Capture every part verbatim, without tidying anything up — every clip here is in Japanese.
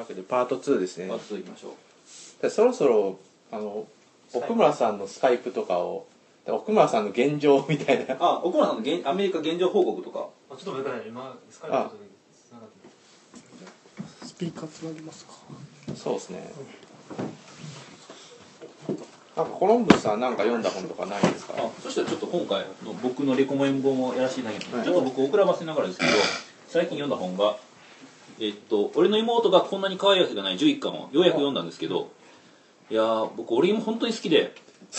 わけでパートツーですね。 パートツーいきましょう。 でそろそろあの奥村さんのスカイプとかを、奥村さんの現状みたいな。 あ、奥村さんの現アメリカ現状報告とか。 あ、ちょっと待ってください。今スカイプとつながってスピーカーつなぎますか。 そうですね。なんかコロンブスさんなんか読んだ本とかないですか？ あ、そしたらちょっと今回の僕のレコメン本もやらせていただきます、はい、ちょっと僕遅らばせながらですけど、最近読んだ本がえっと俺の妹がこんなに可愛いわけがないじゅういっかんをようやく読んだんですけど、いやー僕俺も本当に好きで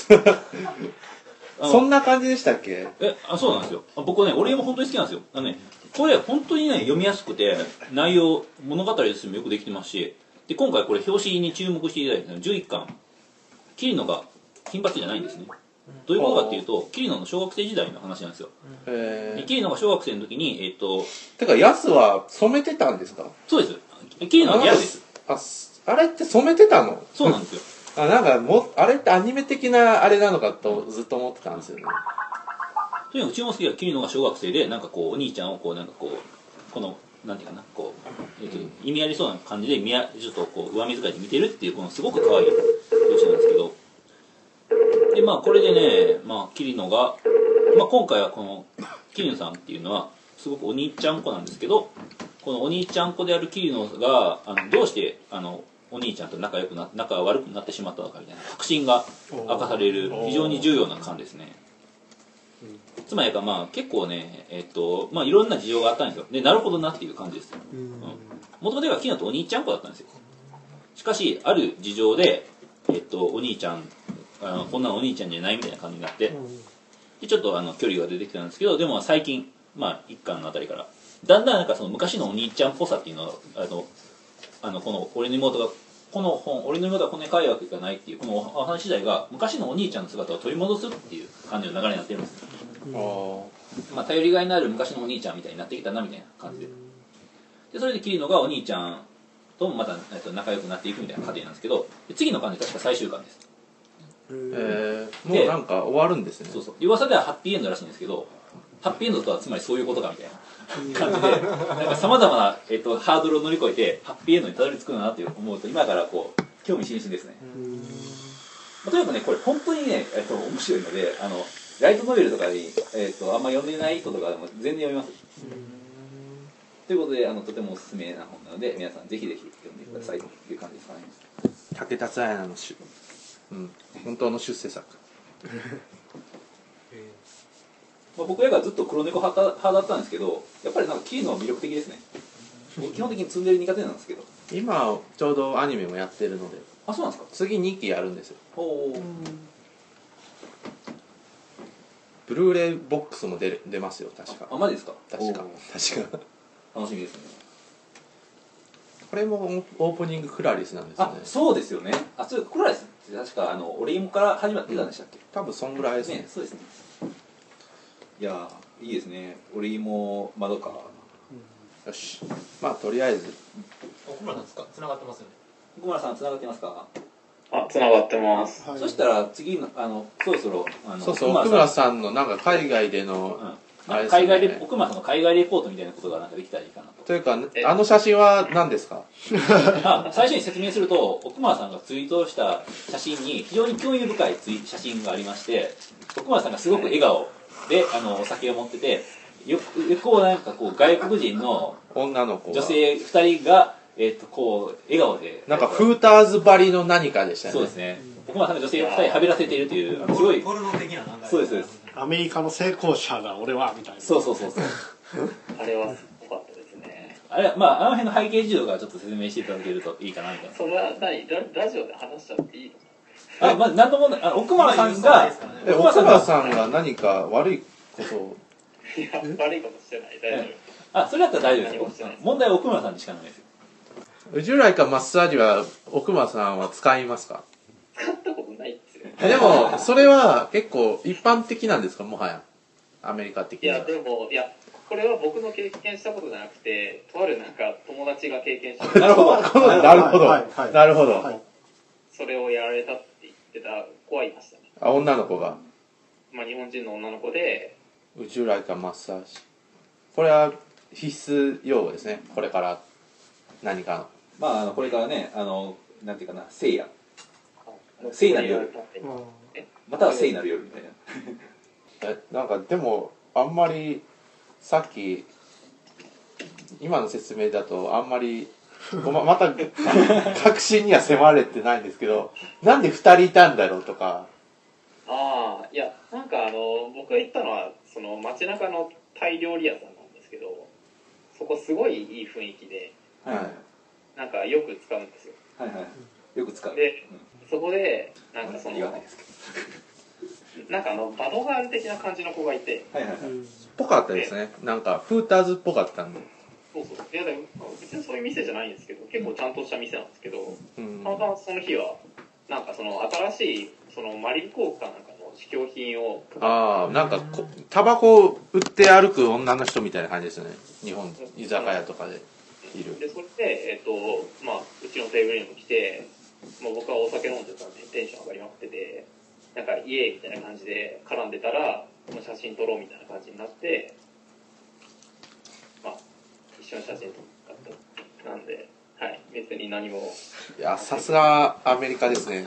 そんな感じでしたっけ？ え、あ、そうなんですよ。僕ね、俺も本当に好きなんですよ。あのね、これ本当にね読みやすくて、内容物語としてもよくできてますし、で今回これ表紙に注目していただいたじゅういっかん、桐野が金髪じゃないんですね。どういうことかっていうと、桐野の小学生時代の話なんですよ。で桐野が小学生の時にえっとてかヤスは染めてたんですか？ そうです。桐野はギャルです。 あ、あれって染めてたの？ そうなんですよ。 あ、なんかもあれってアニメ的なあれなのかとずっと思ってたんですよね。 とにかく注目するのは桐野が小学生で、なんかこうお兄ちゃんをこうなんかこうこのなんていうかな、こう、えっと、意味ありそうな感じで見やちょっとこう上目遣いで見てるっていうこのすごく可愛い表紙なんですけど、でまあこれでね、まあ桐野が、まあ、今回はこの桐野さんっていうのはすごくお兄ちゃん子なんですけど、このお兄ちゃん子である桐野があのどうしてあのお兄ちゃんと仲良くな仲悪くなってしまったのかみたいな確信が明かされる非常に重要な巻ですね。つまりかまあ結構ね、えっとまあいろんな事情があったんですよ。でなるほどなっていう感じです。もともとはキノとお兄ちゃん子だったんですよ。しかしある事情で、えっとお兄ちゃんあのこんなのお兄ちゃんじゃないみたいな感じになって、でちょっとあの距離が出てきたんですけど、でも最近まあ一巻のあたりからだんだんなんかその昔のお兄ちゃんっぽさっていうのはあのあのこの俺の妹がこの本俺の妹がこんなに可愛いわけがないっていうこのお話自体が昔のお兄ちゃんの姿を取り戻すっていう感じの流れになってるんですよ。まあ、頼りがいのある昔のお兄ちゃんみたいになってきたなみたいな感じで、でそれで桐野がお兄ちゃんともまた、えっと、仲良くなっていくみたいな過程なんですけど、で次の巻で確か最終巻です。 えー、もうなんか終わるんですね。 そうそう、噂ではハッピーエンドらしいんですけど、ハッピーエンドとはつまりそういうことかみたいな感じでなんかさまざまな、えっと、ハードルを乗り越えてハッピーエンドにたどり着くなと思うと今からこう興味津々ですね。とにかくねこれ本当にね、えっと、面白いので、あのライトノベルとかに、えー、とあんま読んでない人とかでも全然読みます。ということであのとてもおすすめな本なので皆さんぜひぜひ読んでくださいという感じですかね。 竹田彩奈のし、うん、本当の出世作まあ僕らがずっと黒猫派派だったんですけど、やっぱりなんか桐野は魅力的ですね。基本的に積んでる苦手なんですけど、 今ちょうどアニメもやってるので。 あ、そうなんですか。 次にきやるんですよ。 おー、 ブルーレイボックスも 出, 出ますよ確か。 あ、マジですか。 確か確か楽しみですね。 これもオープニングクラリスなんですね。 あ、そうですよね。あ、それクラリスって確かあのオレイモから始まってたんでしたっけ、うん、 多分そんぐらいですね。 ね、そうですね。いやーいいですね。オレイモ窓か、 よし、まあとりあえず奥村さんですか、繋がってますよね。 奥村さん繋がってますか。 あ、繋がってます、 はい、そしたら次のあのそろそろあのそうそう奥村さんのなんか海外での、 うん、あれですね、海外レ奥村さんの海外レポートみたいなことがなんかできたらいいかなと。 というかあの写真は何ですか。 あ、最初に説明すると奥村さんがツイートした写真に非常に興味深いツイ写真がありまして、奥村さんがすごく笑顔であのお酒を持ってて、よくこうなんかこう外国人の女の子女性ふたりがえっとこう笑顔でなんかフーターズばりの何かでしたね。 そうですね。奥村さんが女性ふたりはべらせているというすごいポルノ的ななんかそうですそうです。 アメリカの成功者が俺はみたいな。 そうそうそうそうあれはすごかったですね。 あれまああの辺の背景事情がちょっと説明していただけるといいかなみたいな。 それは何 ラ, ラジオで話しちゃっていいの？あ、まあ何ともあ奥村さんが奥村さんが何か悪いことをいや悪いことしてない大丈夫。 あ、それだったら大丈夫ですよ。問題は奥村さんにしかないですよ。 従来かマッサージは奥村さんは使いますか。 使ったことないですよ。 でもそれは結構一般的なんですか、もはやアメリカ的には。 いやでもいやこれは僕の経験したことじゃなくて、とあるなんか友達が経験した。 なるほどなるほどなるほど。 それをやられたって言ってた子はいましたね。 あ、女の子が。 まあ日本人の女の子で。 従来かマッサージ、これは必須用語ですね、これから何かの。 まああのこれからねあのなんていうかな聖夜聖なる夜または聖なる夜みたいなえなんかでもあんまりさっき今の説明だとあんまりままた確信には迫れてないんですけど、なんでふたりいたんだろうとか。 ああ、いや、なんかあの、僕が行ったのは、その街中のタイ料理屋さんなんですけど、そこすごいいい雰囲気で、 はいはいなんかよく使うんですよ。 はいはいよく使うで、そこで、なんかその、 言わないですけどなんかあの、バドガール的な感じの子がいて、 はいはいはいぽかったですね。なんかフーターズっぽかったんで。 そうそう。いや、でも別にそういう店じゃないんですけど、結構ちゃんとした店なんですけど、 うんたまたまその日は、なんかその新しい、そのマリンコークかなんかの試供品を、 ああ、なんかこタバコ売って歩く女の人みたいな感じですよね。日本居酒屋とかでいる。 で、それで、えっと、まあ、うちのテーブルにも来て、まあ、僕はお酒飲んでたんでテンション上がりまくってて、なんかイエーイみたいな感じで絡んでたら、もう写真撮ろうみたいな感じになって、まあ、一緒に写真撮ったなんで、はい、別に何も。 いや、さすがアメリカですね。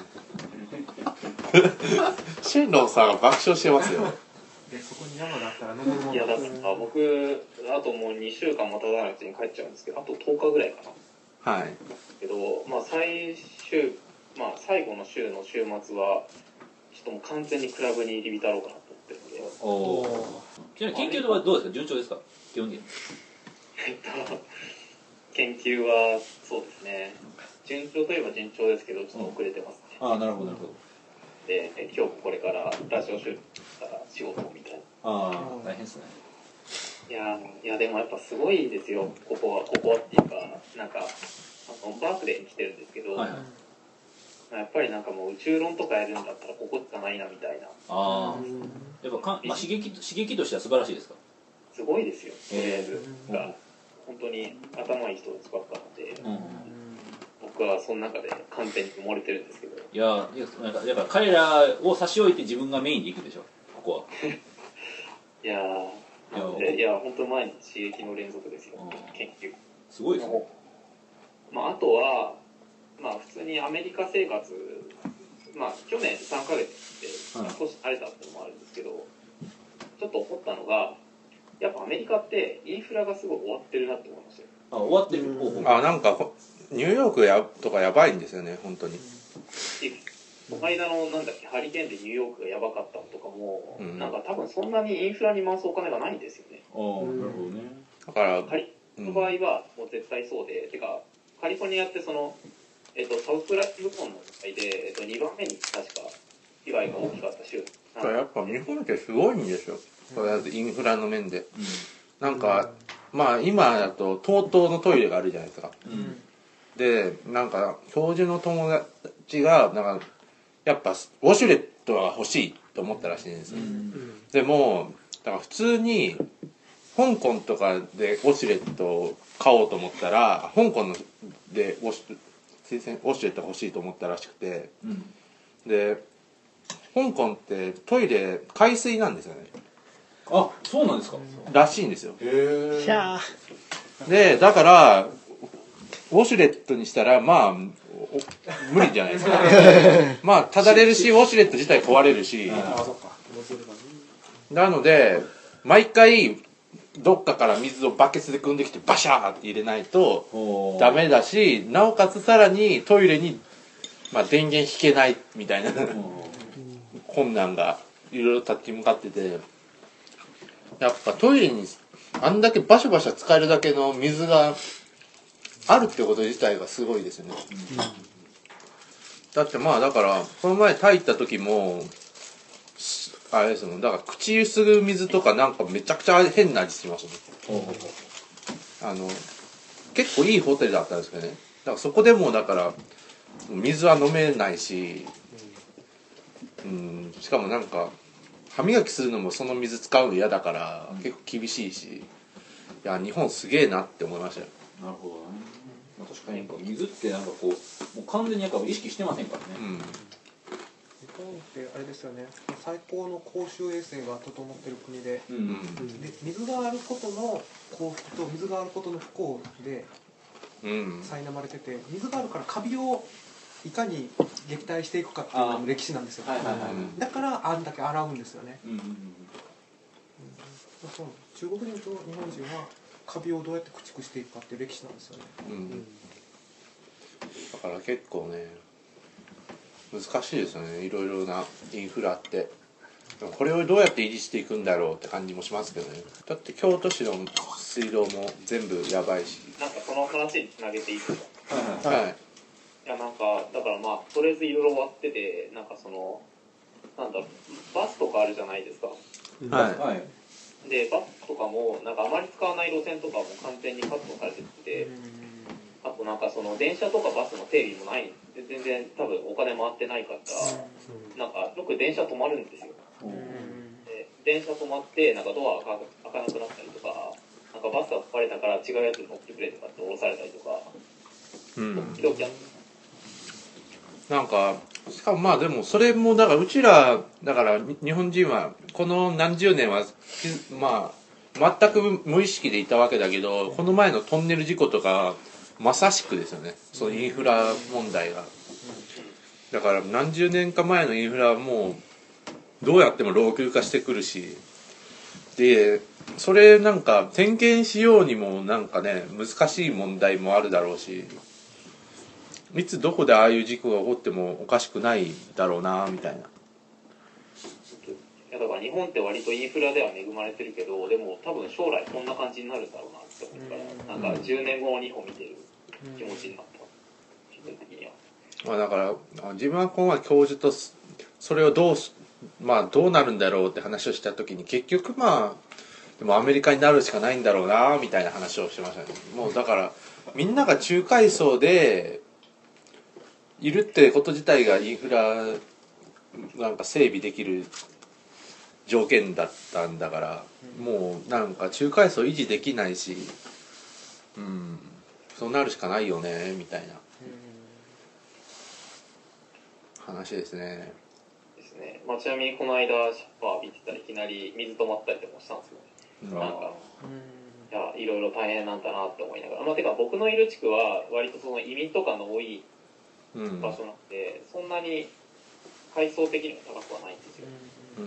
シェンロンさんが爆笑してますよ。 でそこに山があったら登るもんいや、だから僕、あともうにしゅうかんも経たないうちに帰っちゃうんですけど、あととおかぐらいかな。 はい。 けど、まあ、最終、まあ、最後の週の週末は、ちょっともう完全にクラブに入り浸ろうかなと思ってるんで。 おおちなみに研究はどうですか順調ですか基本的にえっと、研究は、そうですね。順調といえば順調ですけど、ちょっと遅れてますね。 ああなるほどなるほどで、え今日これからラジオ収録から仕事みたいな。 ああ大変ですねいやー、いやでもやっぱすごいですよ。ここは、ここはっていうか、なんか、あの、バークレーに来てるんですけど、 はいはいやっぱりなんかもう宇宙論とかやるんだったらここしかないなみたいな。 ああやっぱか、まあ、刺激刺激としては素晴らしいですかすごいですよ、とりあえずうんが。本当に頭いい人たちばっかなんで、 うん僕はその中で完全に埋もれてるんですけど。 いやいやなんかだから彼らを差し置いて自分がメインで行くでしょここはいやー、なんでいや、本当毎日刺激の連続ですよ、 うん研究。 すごいですねまあ、あとは、まあ、普通にアメリカ生活、まあ、去年さんかげつって少し慣れたっていうのもあるんですけど、ちょっと思ったのが、やっぱアメリカってインフラがすごい終わってるなって思いましたよ。 あ終わってる方法あ、なんかほニューヨークやとかやばいんですよね、本当に。 この間のなんだっけハリケーンでニューヨークがやばかったのとかも、 うんなんか多分そんなにインフラに回すお金がないんですよね。 ああなるほどねだから、 カリフォルニアの場合はもう絶対そうで、てかカリフォルニアってその、えっと、サブプライム部門の場合で、えっと、にばんめに確か被害が大きかった州だからやっぱ日本ってすごいんですよ。とりあえずインフラの面で。なんか、まあ今だと トートー のトイレがあるじゃないですか。 うんうんで、なんか教授の友達が、なんか、やっぱウォシュレットが欲しいと思ったらしいんですよ。でも、だから普通に、香港とかでウォシュレットを買おうと思ったら、香港のでウォシュウォシュレットが欲しいと思ったらしくて、 うんで、香港ってトイレ海水なんですよね。 あそうなんですか。 らしいんですよ。 へえ。 ひゃで、だからウォシュレットにしたらまあ無理じゃないですか。まあただれるし、ウォシュレット自体壊れるし、 あそっかなので毎回どっかから水をバケツで汲んできてバシャーって入れないとダメだし、なおかつさらにトイレに、まあ、電源引けないみたいな困難がいろいろ立ち向かってて、やっぱトイレにあんだけバシャバシャ使えるだけの水があるってこと自体がすごいですよね。だってまあだからこの前タイ行った時もあれですもん、だから口ゆすぐ水とかなんかめちゃくちゃ変な味しますもん。あの結構いいホテルだったんですけどね。だからそこでもだから水は飲めないし、うん、しかもなんか歯磨きするのもその水使うの嫌だから結構厳しいし、いや日本すげえなって思いましたよ。 なるほどね。まあ、確かに水ってなんかこうもう完全になんか意識してませんからね。 うん、 日本ってあれですよね、最高の公衆衛生が整ってる国で、 うんうんで水があることの幸福と水があることの不幸でうん苛まれてて、水があるからカビをいかに撃退していくかっていうのも歴史なんですよ、 はいはいはい、 だからあんだけ洗うんですよね、 うんうんうん、 そう中国人と日本人はカビをどうやって駆逐していくかっていう歴史なんですよね、 うんうんだから結構ね難しいですよね、いろいろなインフラって。でもこれをどうやって維持していくんだろうって感じもしますけどね。だって京都市の水道も全部やばいし。 なんかその話につなげていいですか。 はい。 いやなんかだからまあとりあえずいろいろ終わってて、なんかそのなんだろう、バスとかあるじゃないですか。 はい。 はい、 でバスとかもなんかあまり使わない路線とかも完全にカットされてて、あとなんかその電車とかバスの整備もないで全然多分お金回ってないから、なんかよく電車止まるんですよ。で電車止まってなんかドア開かなくなったりとか、なんかバスが壊れたから違うやつに乗ってくれとかって降ろされたりとか、 うん。 時々ある。 なんかしかもまあでもそれもだからうちらだから日本人はこの何十年はまあ全く無意識でいたわけだけど、この前のトンネル事故とかまさしくですよね、そのインフラ問題が。だから何十年か前のインフラはもうどうやっても老朽化してくるし、でそれなんか点検しようにもなんかね難しい問題もあるだろうし、いつどこでああいう事故が起こってもおかしくないだろうなみたいな。 いやだから日本って割とインフラでは恵まれてるけど、でも多分将来こんな感じになるんだろうなって思うから、なんかじゅうねんごの日本見てる気持ちになった、自分的には。 まあだから自分はこの教授とそれをどうまあどうなるんだろうって話をした時に、結局まあでもアメリカになるしかないんだろうなみたいな話をしましたね。もうだからみんなが中階層でいるってこと自体がインフラなんか整備できる条件だったんだから、もうなんか中階層維持できないし、うんそうなるしかないよねみたいな話ですね。 ですね。まあ、ちなみにこの間シャワー浴びてたらいきなり水止まったりとかもしたんですよね。 うんなんかいやいろいろ大変なんだなって思いながら、まあ、てか僕のいる地区は割とその移民とかの多いうん場所なので、そんなに階層的には高くはないんですよ。 うん、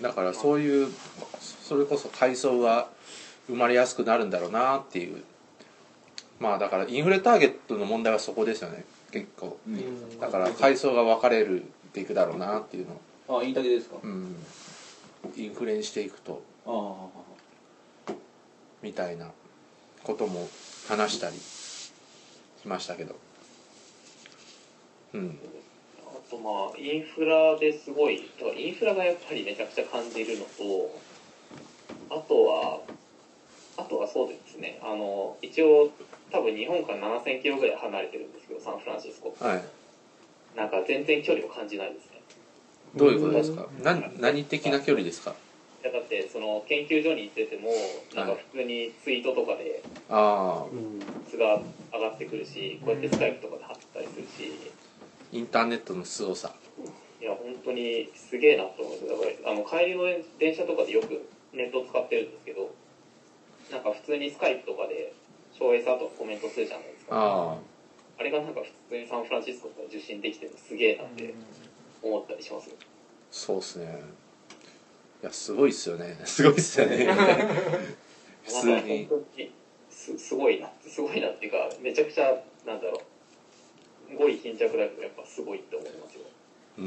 だからそういうそれこそ階層が生まれやすくなるんだろうなっていう、まあだからインフレターゲットの問題はそこですよね結構。だから階層が分かれるっていくだろうなっていうの。 あ、インタビューですか。 うん、インフレにしていくとあみたいなことも話したりしましたけど、うん、 あとまあインフラですごい、だからインフラがやっぱりめちゃくちゃ感じるのと、あとはあとはそうですね、あの一応多分日本からななせんキロぐらい離れてるんですけど、サンフランシスコ、 はい。 なんか全然距離を感じないですね。 どういうことですか。な何的な距離ですか。 いやだってその研究所に行っててもなんか普通にツイートとかでああ、 図が上がってくるし、こうやってスカイプとかで貼ったりするし、 インターネットの凄さ。 いや本当にすげえなと思って、だからあの帰りの電車とかでよくネットを使ってるんですけど、なんか普通にスカイプとかで翔平さんとかコメントするじゃないですか。 ああ、 あれがなんか普通にサンフランシスコから受信できてるのすげえなって思ったりしますよ。 そうっすね。いやすごいっすよね。すごいっすよね。普通なんかに。 本当にすすごいなすごいなっていうか、めちゃくちゃなんだろう、語彙貧弱だけどやっぱすごいって思いますよ。 うん。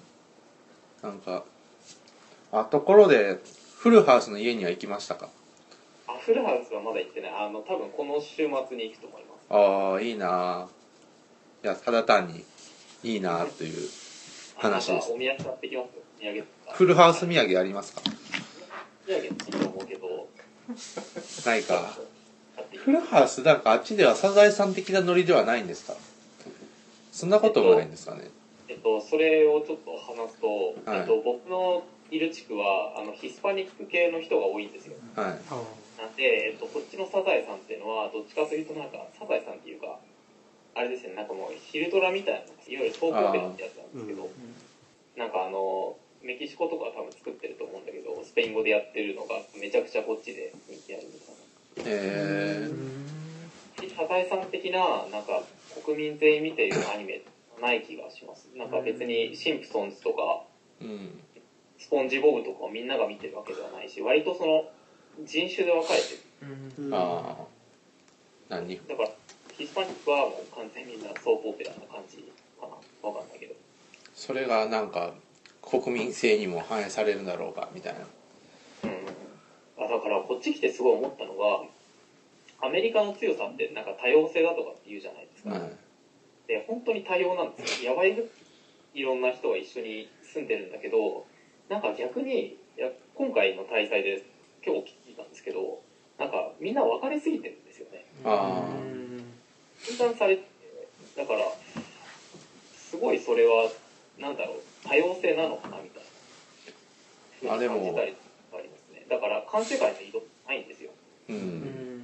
なんかあところでフルハウスの家には行きましたか。 あ、フルハウスはまだ行ってない。あの多分この週末に行くと思います。 ああいいな。いやただ単にいいなという話です。 あ、お土産買ってきますよ。土産とか。 フルハウス土産ありますか。 土産っていいと思うけど。 ないか。 買ってきフルハウスなんかあっちではサザエさん的なノリではないんですか。そんなこともないんですかね。 えっとそれをちょっと話すと、 はいえっと僕のいる地区はあのヒスパニック系の人が多いんですよ。 はい。 なんで、えっと、こっちのサザエさんっていうのはどっちかというとなんかサザエさんっていうかあれですね、なんかもう昼ドラみたいな、いわゆるトークオペラってやつなんですけど、なんかあのメキシコとかは多分作ってると思うんだけど、スペイン語でやってるのがめちゃくちゃこっちで人気あるみたいな。 えサザエさん的ななんか国民全員見ているアニメない気がします。なんか別にシンプソンズとか、うん、スポンジボブとかをみんなが見てるわけではないし、割とその人種で分かれてる、うん、ああ何だからヒスパニックはもう完全にみんなソープオペラな感じかな、分かんないけど、 それがなんか国民性にも反映されるんだろうかみたいな。 うん、あだからこっち来てすごい思ったのが、アメリカの強さってなんか多様性だとかって言うじゃないですか、うん、で本当に多様なんですよ。やばいいろんな人が一緒に住んでるんだけど、なんか逆にいや今回の大祭で今日聞いたんですけど、なんかみんな分かれすぎてるんですよね。あ分断されて、だからすごいそれはなんだろう、多様性なのかなみたいな感じたりありますね。だから環世界の移動ないんですよ。うん、うん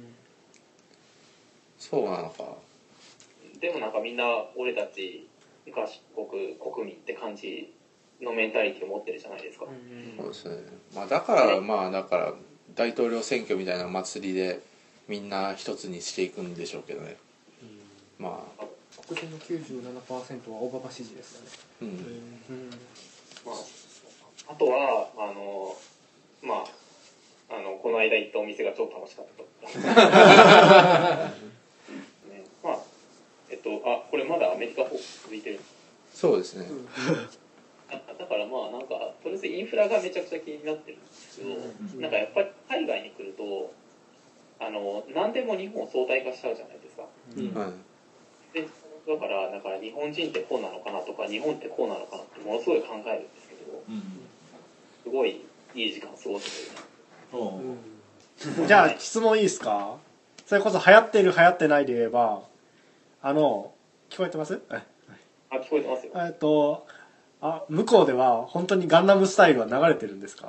そうなのか。 でもなんかみんな俺たち合国国民って感じのメンタリティを持ってるじゃないですか。 そうですね。まあだからまあだから大統領選挙みたいな祭りでみんな一つにしていくんでしょうけどね。うん、まあ黒人の きゅうじゅうななパーセント はオバマ支持ですよね。うん。うん、 まああとはあのまああのこの間行ったお店が超楽しかったと。まあえっと、あこれまだアメリカ方続いてる。 そうですね。 だからまあなんかとりあえずインフラがめちゃくちゃ気になってるんですけど、うん、なんかやっぱり海外に来るとあの何でも日本を相対化しちゃうじゃないですか。うん、でだからだから日本人ってこうなのかなとか日本ってこうなのかなってものすごい考えるんですけど、うん、すごいいい時間過ごせてるな。 うん、じゃあ質問いいですか。それこそ流行ってる流行ってないで言えば。あの聞こえてます？ あ、聞こえてますよ。 えっとあ向こうでは本当にガンダムスタイルは流れてるんですか？あ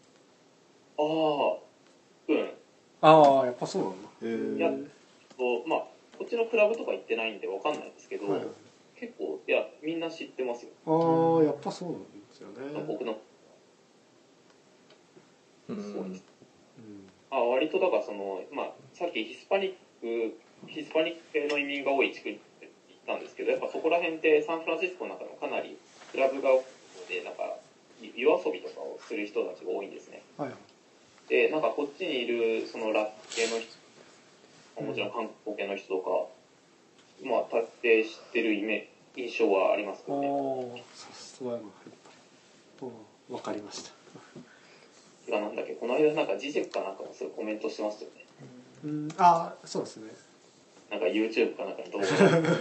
あ、うん。 ああ、やっぱそうなの。 いや、まあこっちのクラブとか行ってないんでわかんないですけど、はい、結構いやみんな知ってますよ。 ああ、やっぱそうなんですよね。 僕の。 うん、そうです。 うん、あ、割とだからそのまあさっきヒスパニックヒスパニック系の移民が多い地区に行ったんですけど、やっぱそこら辺ってサンフランシスコの中でもかなりクラブが多くて、なんか夜遊びとかをする人たちが多いんですね。はい、でなんかこっちにいるそのラップ系の人、もちろん韓国系の人とか、まあ大抵知ってるイメ印象はありますけどね。 さすがやな。わかりました。 がなんだっけ、この間なんかジジェクかなんかもそういうコメントしてましたよね。 うん、あ、そうですね。 なんか YouTube かなんかの動画うんぐ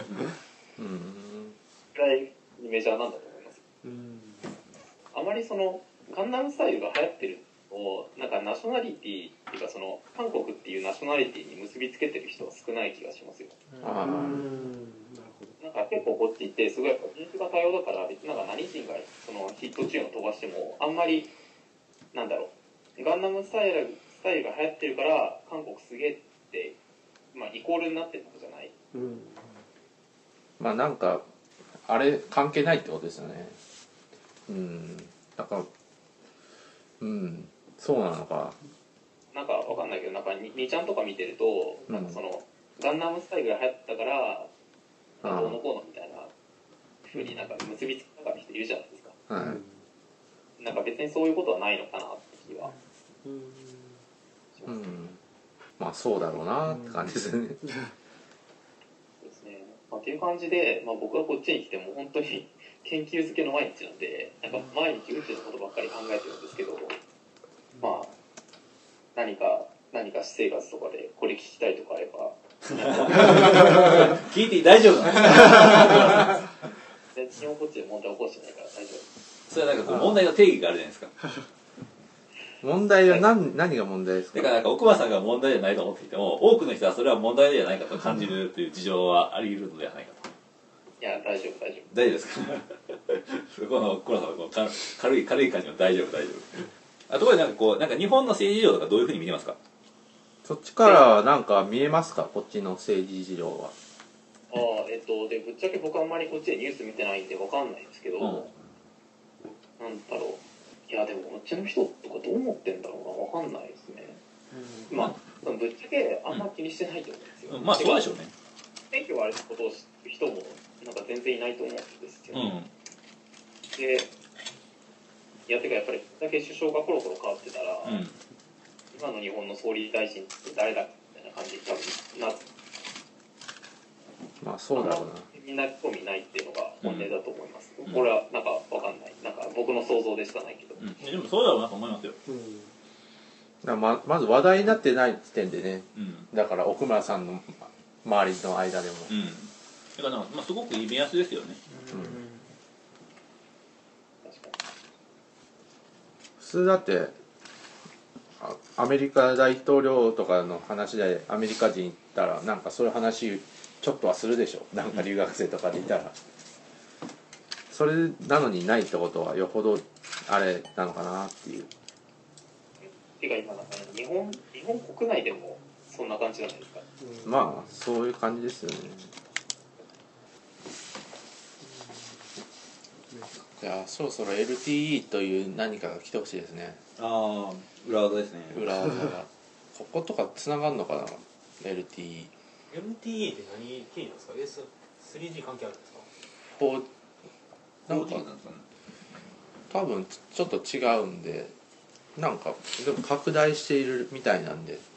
らいメジャーなんだと思います。うん、あまりそのガンダムスタイルが流行ってるのをなんかナショナリティっていうかその韓国っていうナショナリティに結びつけてる人は少ない気がしますよ。うん、あ、なるほど。なんか結構こっちってすごい人種が多様だから別になんか何人がそのヒットチューンを飛ばしてもあんまりなんだろう、ガンダムスタイルスタイルが流行ってるから韓国すげえってまあイコールになってることじゃない。うん、 まあなんかあれ関係ないってことですよね。うん、だからうんそうなのか。 なんかわかんないけどなんかににちゃんとか見てると、うん、なんかそのガンダムスタイルが流行ったからどうのこうのみたいな風になんか結びつけた人いるじゃないですか。はい、なんか別にそういうことはないのかなって気は。うん、 うん、まあそうだろうなって感じですね。そうですね。まあ、っていう感じで、まあ、僕はこっちに来ても本当に研究漬けの毎日なんで、なんか毎日宇宙のことばっかり考えてるんですけど、まあ何か何か私生活とかでこれ聞きたいとかあれば聞いて大丈夫なんですか？ 日本こっちで問題起こしてないから大丈夫。 それはなんかこう問題の定義があるじゃないですか。 問題は 何, 何が問題ですか？ だからなんか奥間さんが問題じゃないと思っていても多くの人はそれは問題じゃないかと感じるという事情はあり得るのではないかと。 いや大丈夫大丈夫大丈夫ですか？そこの奥間さんのこの軽い軽い感じの大丈夫大丈夫。あところでなんかこうなんか日本の政治事情とかどういうふうに見てますか？ そっちからなんか見えますか？こっちの政治事情は。 ああえっとでぶっちゃけ僕あんまりこっちでニュース見てないんでわかんないんですけど、うん、なんだろう。いやでもこっちの人とかどう思ってんだろうな、わかんないですね。うん、まあぶっちゃけあんま気にしてないと思うんですよ、 うん、まあそうでしょうね。 選挙があることを知る人もなんか全然いないと思うんですよ、 うん、 でいやてかやっぱりだけ首相がコロコロ変わってたら、 うん、 今の日本の総理大臣って誰だみたいな感じに多分なまあそうだろうな。 みんな興味ないっていうのが本音だと思います、 うん、 これはなんかわかんない、なんか僕の想像でしかないけど、 うん、でもそうだろうなと思いますよ、 うん、 だからままず話題になってない時点でね、 うん、 だから奥村さんの周りの間でも、 うん、だからまあすごくいい目安ですよね、 うん、 確かに普通だってあアメリカ大統領とかの話でアメリカ人行ったらなんかそういう話ちょっとはするでしょ、なんか留学生とかでいたら、それなのにないってことはよほどあれなのかなっていう。 てか今なんか日本日本国内でもそんな感じじゃないですか、 うん、まあそういう感じですよね。じゃあそろそろ エルティーイー という何かが来てほしいですね。 ああ裏技ですね。 裏技がこことかつながるのかな エルティーイー。 エルティーイー って何経由なんですか？ エススリージー 関係あるんですか？ こうなんかフォージー なんですかね。 多分ちょっと違うんで、なんかでも拡大しているみたいなんで、い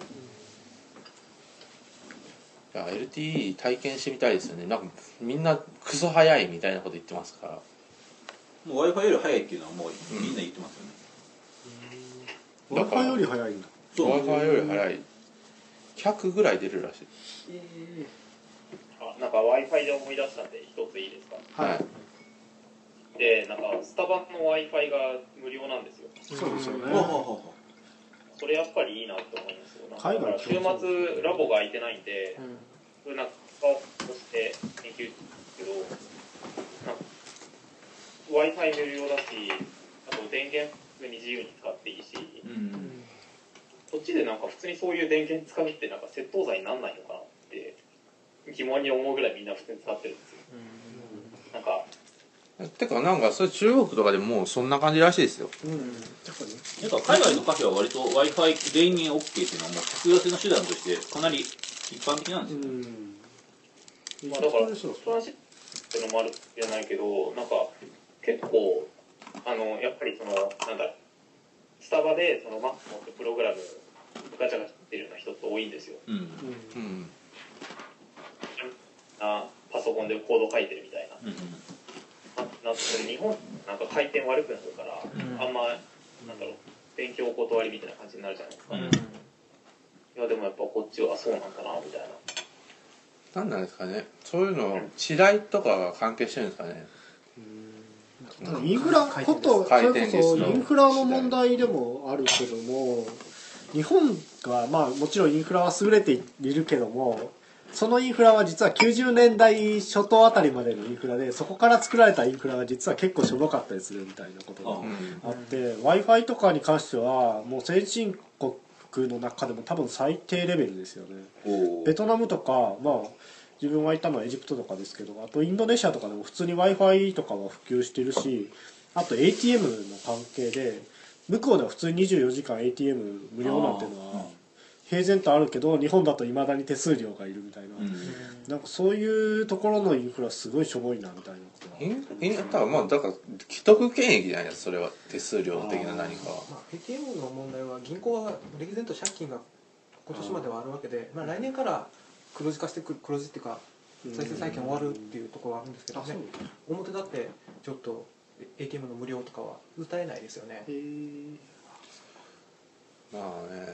や エルティーイー 体験してみたいですよね。なんかみんなクソ早いみたいなこと言ってますから。 もう Wi-Fi より早いっていうのはもうみんな言ってますよね。 うん、 Wi-Fi より早いんだ。 Wi-Fi より早い。ひゃくぐらい出るらしい。 えあなんか Wi-Fi で思い出したんで一ついいですか？ はい。 でなんかスタバの Wi-Fi が無料なんですよ。 そうですよね。 それやっぱりいいなと思いますよ。なんか海外だから週末ラボが空いてないんで、それなんか顔をして研究してるんですけど、なんか Wi-Fi 無料だし、あと電源普通に自由に使っていいし、 うん、 こっちでなんか普通にそういう電源使うってなんか窃盗罪にならないのかなって疑問に思うぐらいみんな普通に使ってるんですよ。なんかてかなんかそれ中国とかでもうそんな感じらしいですよ。 うん。 なんか海外のカフェは割と Wi-Fi 電源 OK っていうのはもう通用性の手段としてかなり一般的なんですよ、ね。 うん。 まあ、だからそう話っていうのもあるじゃないけど、なんか結構あのやっぱりそのなんだスタバでその Mac 持ってプログラムガチャガチャしてるような人って多いんですよ。 うん。 うん。 あパソコンでコード書いてるみたいな。 うんうんなんか日本なんか回転悪くなるから、うん、あんまなんだろう勉強お断りみたいな感じになるじゃないですか、うん、いやでもやっぱこっちはそうなんだなみたいな。 なんなんですかね、そういうの地代とかが関係してるんですかね。 うん、インフラことそれこそインフラの問題でもあるけども、日本がまあもちろんインフラは優れているけども、そのインフラは実はきゅうじゅうねんだい初頭あたりまでのインフラで、そこから作られたインフラは実は結構しょぼかったりするみたいなことがあって、 Wi-Fi とかに関してはもう先進国の中でも多分最低レベルですよね。ベトナムとか、まあ自分がいたのはエジプトとかですけど、あとインドネシアとかでも普通に Wi-Fi とかは普及してるし、あと エーティーエム の関係で向こうでは普通ににじゅうよじかん エーティーエム 無料なんていうのは平然とあるけど、日本だといまだに手数料がいるみたいな、うん、なんかそういうところのインフラすごいしょぼいなみたいなことインインただまあだから既得権益じゃないですか、それは手数料的な何かは。 まあ、エーティーエム の問題は銀行は歴然と借金が今年まではあるわけで、まあ、来年から黒字化してくる、黒字っていうか再生債権終わるっていうところはあるんですけどね、表だってちょっと エーティーエム の無料とかは歌えないですよね。へー、 まあね、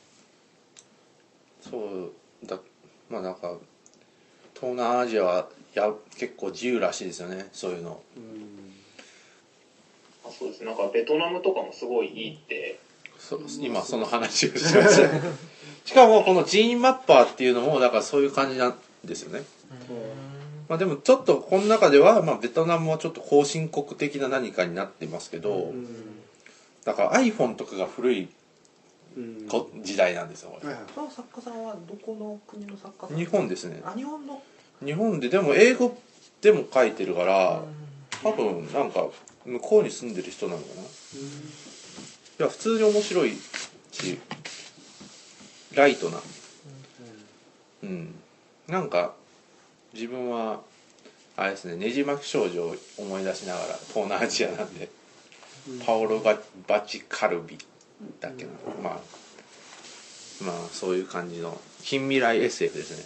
そうだ、まあなんか東南アジアはや結構自由らしいですよね、そういうの。うん、 あ、そうですね、なんかベトナムとかもすごいいいってそ今その話をしましたしかもこのジーンマッパーっていうのもだからそういう感じなんですよね。まあでもちょっとこの中では、まあ、ベトナムはちょっと後進国的な何かになってますけど、だから iPhone とかが古い時代なんですよ。 その作家さんはどこの国の作家さん？ 日本ですね。 あ、日本の日本ででも英語でも書いてるから多分なんか向こうに住んでる人なのかな。いや普通に面白いしライトな、うん、なんか自分はあれですね、ねじ巻き少女を思い出しながら、東南アジアなんで、パオロババチカルビだっけな、まあまあそういう感じの近未来 エスエフ ですね、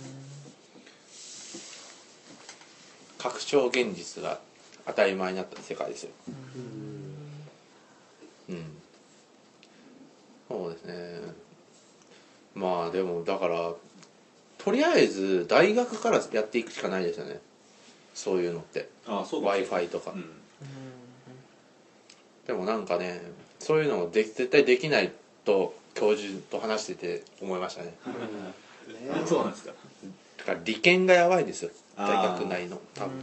拡張現実が当たり前になった世界ですよ。うん、そうですね。まあでもだからとりあえず大学からやっていくしかないですよね、そういうのって。 ああ、そうか。 Wi-Fi とか、 うん、 でもなんかね、そういうのをで絶対できないと教授と話してて思いましたね。 うん、そうなんですか。 だから利権がやばいんですよ、 あー大学内の多分。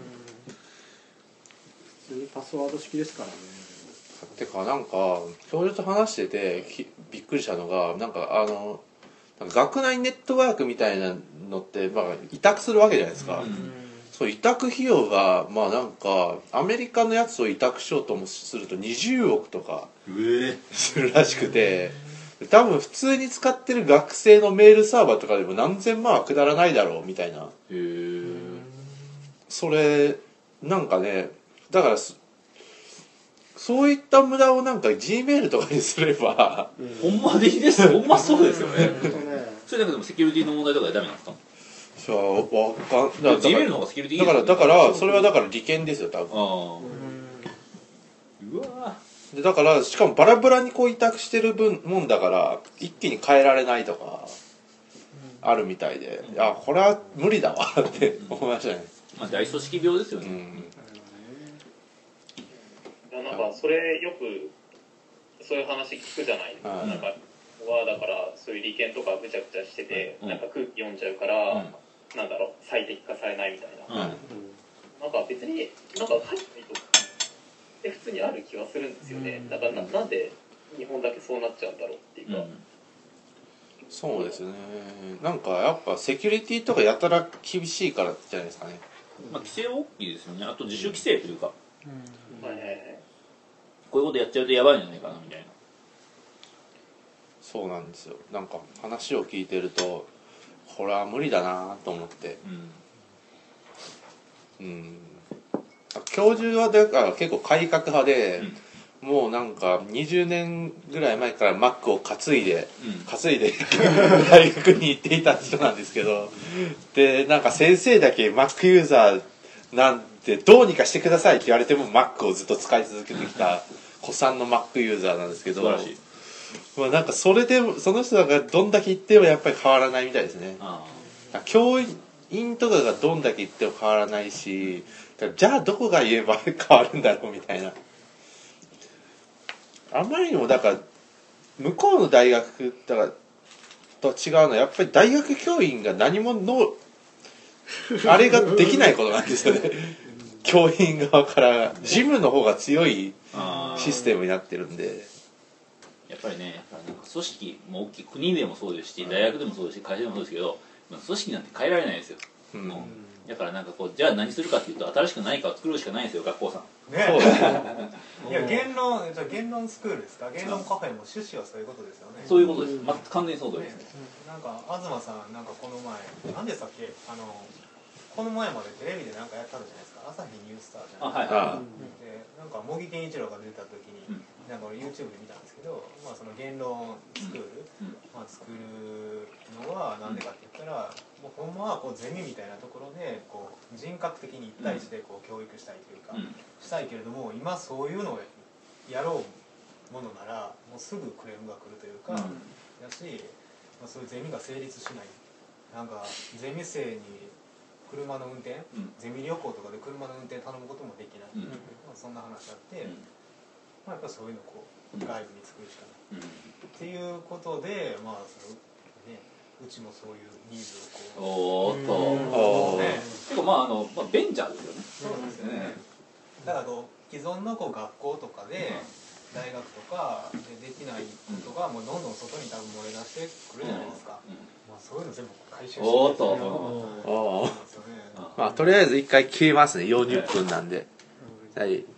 普通にパスワード式ですからね。 てかなんか教授と話しててきびっくりしたのが、なんかあのなんか学内ネットワークみたいなのって、まあ、委託するわけじゃないですか、うん、そう委託費用がまあなんかアメリカのやつを委託しようともするとにじゅうおくとかするらしくて、多分普通に使ってる学生のメールサーバーとかでも何千万はくだらないだろうみたいな。へえ。それなんかね、だからそういった無駄をなんか G メールとかにすれば、 うん、ほんまでいいです。ほんまそうですよね。それだけでもセキュリティの問題とかでダメなんですか？ じゃあわかんない。G メールの方がセキュリティいいですよね。 だからだからそれはだから利権ですよ多分。 あうわでだからしかもバラバラにこう委託してる分もんだから一気に変えられないとかあるみたいで、うん、いやこれは無理だわって思いましたね。 まあ大組織病ですよね。うんなんかそれよくそういう話聞くじゃないですか、はい、なんかはだからそういう利権とかぐちゃぐちゃしてて、うん、なんか空気読んじゃうから、うん、なんだろう最適化されないみたいな、うん、なんか別になんか海外とって普通にある気はするんですよね、うん、だから な, なんで日本だけそうなっちゃうんだろうっていうか、うん、 そうですね。なんかやっぱセキュリティとかやたら厳しいからじゃないですかね。 まあ規制は大きいですよね。あと自主規制というか、 うんはいはいはい、 こういうことやっちゃうとやばいんじゃないかなみたいな。 そうなんですよ。なんか話を聞いてるとこれは無理だなと思って、うん、うん、教授はだから結構改革派で、うん、もうなんかにじゅうねんぐらい前から Mac を担いで、うん、担いで大学に行っていた人なんですけど、でなんか先生だけ Mac ユーザーなんてどうにかしてくださいって言われても Mac をずっと使い続けてきた古参の Mac ユーザーなんですけど、まあ、なんかそれでその人がどんだけ言ってもやっぱり変わらないみたいですね。あ教員とかがどんだけ言っても変わらないし、じゃあどこが言えば変わるんだろうみたいな。あまりにもだから向こうの大学だからと違うのはやっぱり大学教員が何ものあれができないことなんですよね。教員側から事務の方が強いシステムになってるんで、 やっぱりね、やっぱりなんか組織も大きい、国でもそうですし大学でもそうですし会社でもそうですけど、組織なんて変えられないですよ、うん、だからなんかこうじゃあ何するかっていうと新しく何かを作るしかないんですよ学校さんね。そうですいや言論じゃあ言論スクールですか。言論カフェも趣旨はそういうことですよね。 そういうことです、ま、完全にその通りですね。 なんか東さんなんかこの前何でしたっけ、あのこの前までテレビでなんかやったじゃないですか、朝日ニュースターじゃないですか。あ、はい、でなんか茂木健一郎が出た時に、うん、なんか俺 YouTube で見たんですけど、まあ、その言論スクール、うんまあ、作るのはなんでかって言ったら、もうほんまはこうゼミみたいなところでこう人格的に一対してこう教育したいというか、うん、したいけれども今そういうのをやろうものならもうすぐクレームが来るというか、うん、だし、まあ、そういうゼミが成立しない、なんかゼミ生に車の運転、うん、ゼミ旅行とかで車の運転頼むこともできない、うんまあ、そんな話あって、うんまあ、やっぱそういうのをこう外部に作るしかない、うん、っていうことで、まあそのね、うちもそういうニーズをこうおーっとね、結構まああの、まあ、ベンチャーですよね。 そうですよね。だからこう既存のこう学校とかで、大学とかでできないことがもうどんどん外に多分漏れ出してくるじゃないですか、うんまあ、そういうの全部回収しておーっとおー、まあ、とりあえず一回切りますね。よんじゅっぷんなんで、はい。